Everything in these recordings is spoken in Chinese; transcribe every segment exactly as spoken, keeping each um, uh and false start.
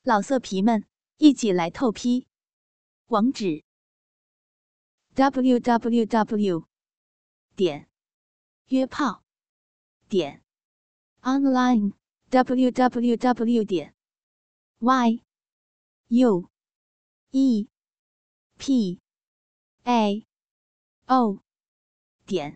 老色皮们，一起来透批！网址 ：double u double u double u 点约炮点 online w w w 点 y u e p a o 点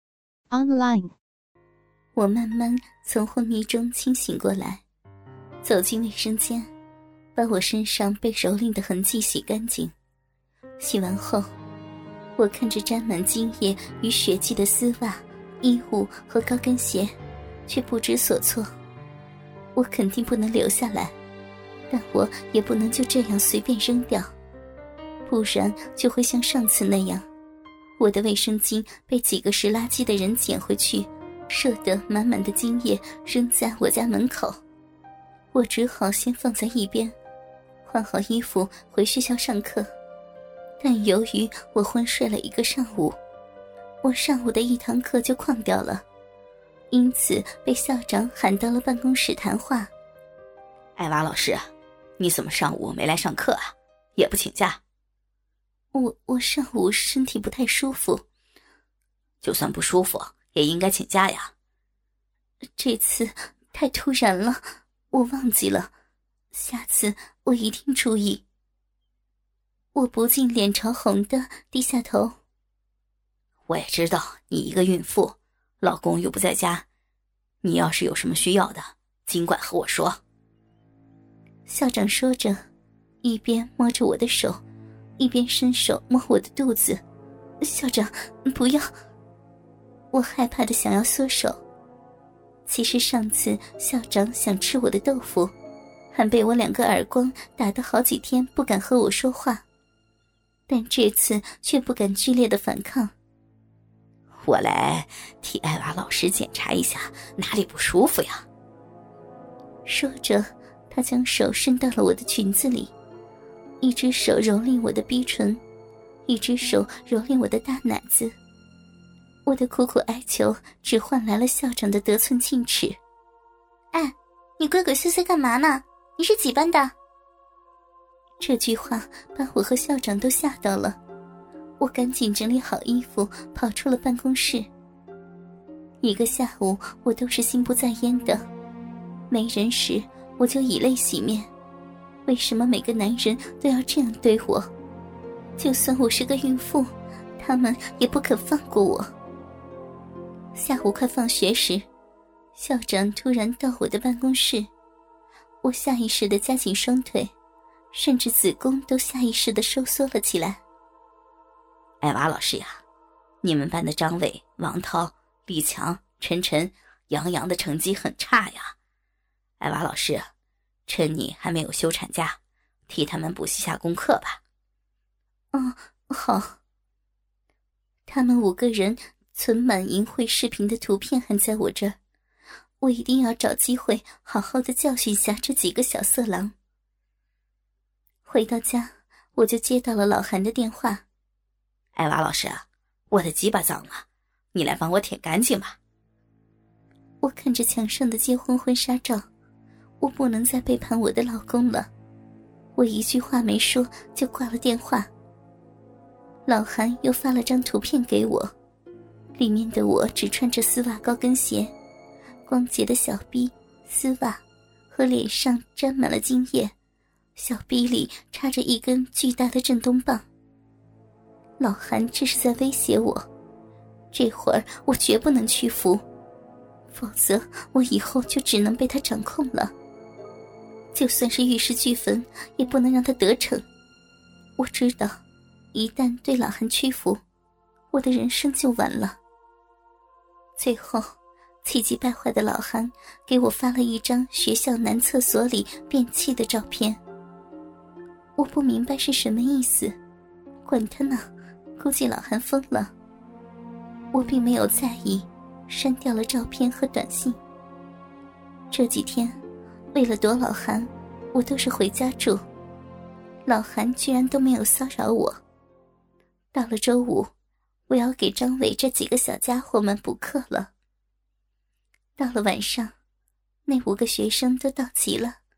online。 我慢慢从昏迷中清醒过来，走进卫生间，把我身上被蹂躏的痕迹洗干净。洗完后，我看着沾满精液与血迹的丝袜、衣物和高跟鞋，却不知所措。我肯定不能留下来，但我也不能就这样随便扔掉，不然就会像上次那样，我的卫生巾被几个拾垃圾的人捡回去，射得满满的精液扔在我家门口。我只好先放在一边，换好衣服回学校上课。但由于我昏睡了一个上午，我上午的一堂课就旷掉了，因此被校长喊到了办公室谈话。 艾娃老师，你怎么上午没来上课啊？也不请假？ 我我上午身体不太舒服。 就算不舒服也应该请假呀。 这次太突然了，我忘记了，下次我一定注意。我不禁脸朝红的低下头。 我也知道你一个孕妇，老公又不在家，你要是有什么需要的，尽管和我说。 校长说着，一边摸着我的手，一边伸手摸我的肚子。校长，不要！我害怕的想要缩手。其实上次校长想吃我的豆腐，还被我两个耳光打得好几天不敢和我说话，但这次却不敢剧烈的反抗。 我来替艾娃老师检查一下哪里不舒服呀。 说着，他将手伸到了我的裙子里，一只手蹂躏我的逼唇，一只手蹂躏我的大奶子。我的苦苦哀求只换来了校长的得寸进尺。哎，你鬼鬼祟祟干嘛呢？你是几班的？这句话把我和校长都吓到了。我赶紧整理好衣服跑出了办公室。一个下午我都是心不在焉的，没人时我就以泪洗面。为什么每个男人都要这样对我？就算我是个孕妇，他们也不肯放过我。下午快放学时，校长突然到我的办公室，我下意识地夹紧双腿，甚至子宫都下意识地收缩了起来。 艾娃老师呀，你们班的张伟、王涛、李强、陈晨、杨洋的成绩很差呀。艾娃老师，趁你还没有休产假，替他们补习下功课吧。 哦，好。他们五个人存满淫秽视频的图片还在我这儿，我一定要找机会好好的教训下这几个小色狼。回到家，我就接到了老韩的电话。 艾娃老师，我的鸡巴脏了，你来帮我舔干净吧。 我看着墙上的结婚婚纱照，我不能再背叛我的老公了。我一句话没说就挂了电话。老韩又发了张图片给我，里面的我只穿着丝袜高跟鞋，光洁的小臂、丝袜和脸上沾满了精液，小臂里插着一根巨大的震动棒。老韩这是在威胁我，这会儿我绝不能屈服，否则我以后就只能被他掌控了。就算是玉石俱焚，也不能让他得逞。我知道，一旦对老韩屈服，我的人生就完了。最后，气急败坏的老韩给我发了一张学校男厕所里便器的照片。我不明白是什么意思，管他呢，估计老韩疯了。我并没有在意，删掉了照片和短信。这几天，为了躲老韩，我都是回家住，老韩居然都没有骚扰我。到了周五，我要给张伟这几个小家伙们补课了。到了晚上，那五个学生都到齐了，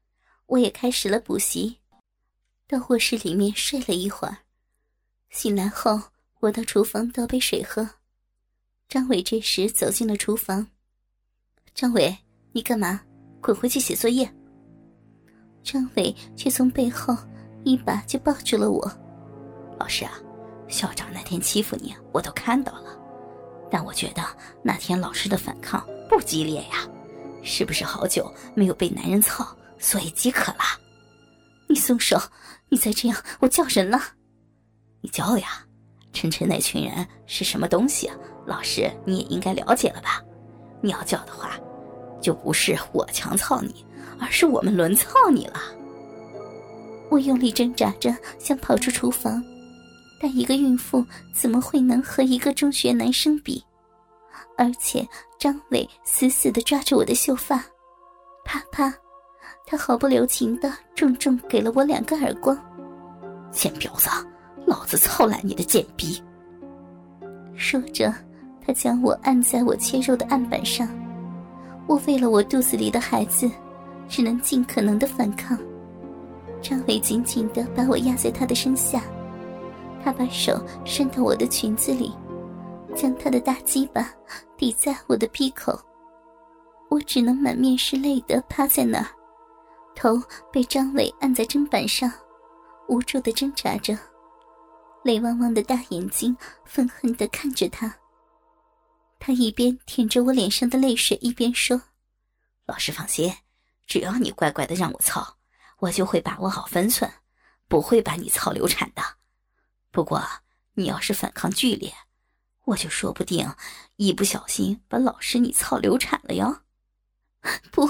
我也开始了补习，到卧室里面睡了一会儿。醒来后，我到厨房倒杯水喝。张伟这时走进了厨房。张伟，你干嘛？滚回去写作业。张伟却从背后一把就抱住了我。 老师啊，校长那天欺负你我都看到了，但我觉得那天老师的反抗不激烈呀，是不是好久没有被男人操，所以饥渴了？ 你松手，你再这样我叫人了。 你叫呀，晨晨那群人是什么东西啊？老师你也应该了解了吧？你要叫的话，就不是我强操你，而是我们轮操你了。 我用力挣扎着想跑出厨房，但一个孕妇怎么会能和一个中学男生比？而且张伟死死地抓着我的秀发，啪啪，他毫不留情地重重给了我两个耳光。 贱婊子，老子操烂你的贱逼！ 说着，他将我按在我切肉的案板上。我为了我肚子里的孩子，只能尽可能的反抗。张伟紧紧地把我压在他的身下，他把手伸到我的裙子里，将他的大鸡巴抵在我的闭口。我只能满面是泪地趴在那儿，头被张伟按在砧板上，无助地挣扎着，泪汪汪的大眼睛愤恨地看着他。他一边舔着我脸上的泪水，一边说： 老师放心，只要你乖乖的让我操，我就会把握好分寸，不会把你操流产的。不过你要是反抗剧烈，我就说不定一不小心把老师你操流产了哟。 不！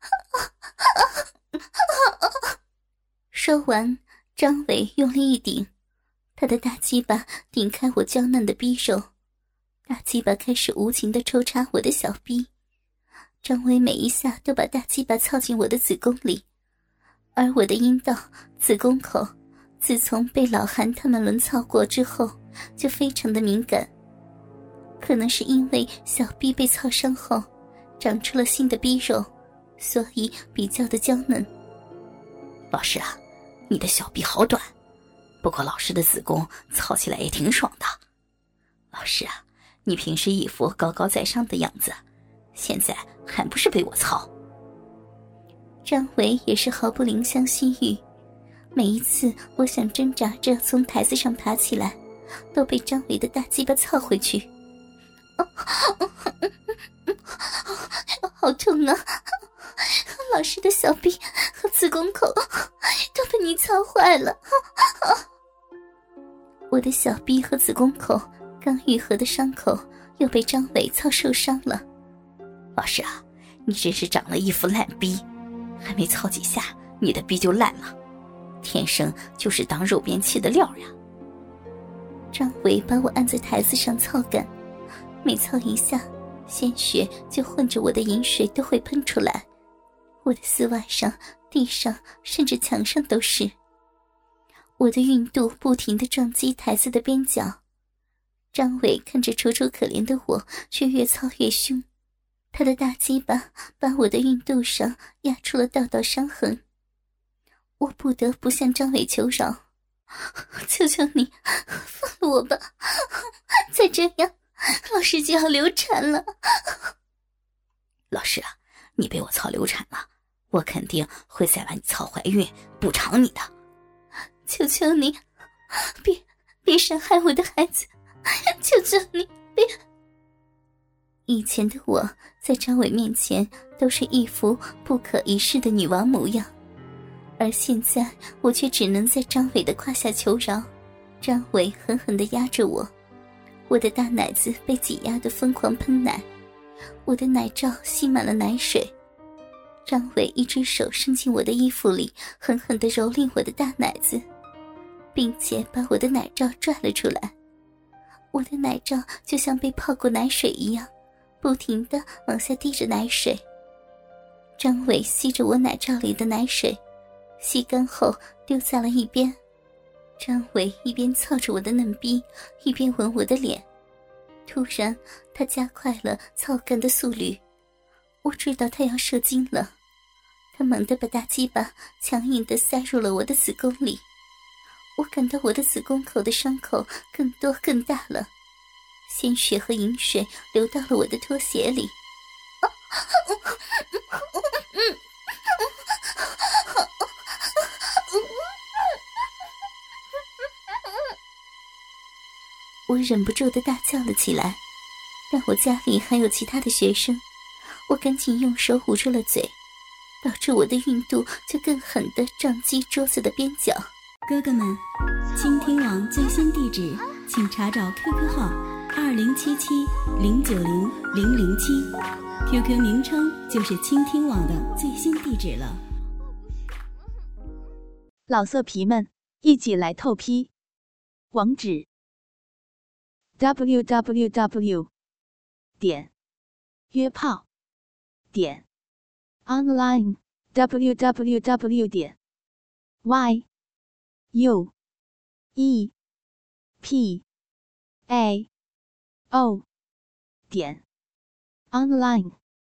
说完，张伟用力一顶，他的大鸡巴顶开我娇嫩的逼肉，大鸡巴开始无情地抽插我的小逼。张伟每一下都把大鸡巴操进我的子宫里，而我的阴道、子宫口自从被老韩他们轮操过之后就非常的敏感，可能是因为小逼被操伤后长出了新的逼肉，所以比较的娇嫩。 老师啊，你的小臂好短，不过老师的子宫操起来也挺爽的。老师啊，你平时一副高高在上的样子，现在还不是被我操？ 张伟也是毫不怜香惜玉，每一次我想挣扎着从台子上爬起来，都被张伟的大鸡巴操回去。好痛啊！老师的小臂和子宫口都被你操坏了。我的小臂和子宫口刚愈合的伤口又被张伟操受伤了。 老师啊，你真是长了一副烂逼，还没操几下你的逼就烂了，天生就是当肉便器的料呀。 张伟把我按在台子上操干，每操一下，鲜血就混着我的饮水都会喷出来，我的丝袜上、地上甚至墙上都是。我的孕肚不停地撞击台子的边角，张伟看着楚楚可怜的我，却越操越凶，他的大鸡巴把我的孕肚上压出了道道伤痕。我不得不向张伟求饶，求求你放了我吧，再这样老师就要流产了。 老师啊，你被我操流产了，我肯定会再把你操怀孕补偿你的。 求求你别别伤害我的孩子，求求你别。以前的我在张伟面前都是一副不可一世的女王模样，而现在我却只能在张伟的胯下求饶。张伟狠狠地压着我，我的大奶子被挤压得疯狂喷奶，我的奶罩吸满了奶水。张伟一只手伸进我的衣服里，狠狠地蹂躏我的大奶子，并且把我的奶罩拽了出来。我的奶罩就像被泡过奶水一样，不停地往下滴着奶水。张伟吸着我奶罩里的奶水，吸干后丢在了一边。张伟一边操着我的嫩逼，一边吻我的脸。突然他加快了操干的速率，我知道他要射精了。 他猛地把大鸡巴强硬地塞入了我的子宫里，我感到我的子宫口的伤口更多更大了，鲜血和饮水流到了我的拖鞋里。我忍不住地大叫了起来，但我家里还有其他的学生，我赶紧用手捂住了嘴，导致我的孕肚就更狠地撞击桌子的边角。 哥哥们，倾听网最新地址，请查找 Q Q 号二零七七零九零零零七 ，Q Q 名称就是倾听网的最新地址了。 老色皮们，一起来透批！网址 ：double u double u double u 点约炮点 online w w w 点 y u e p a o 点 online。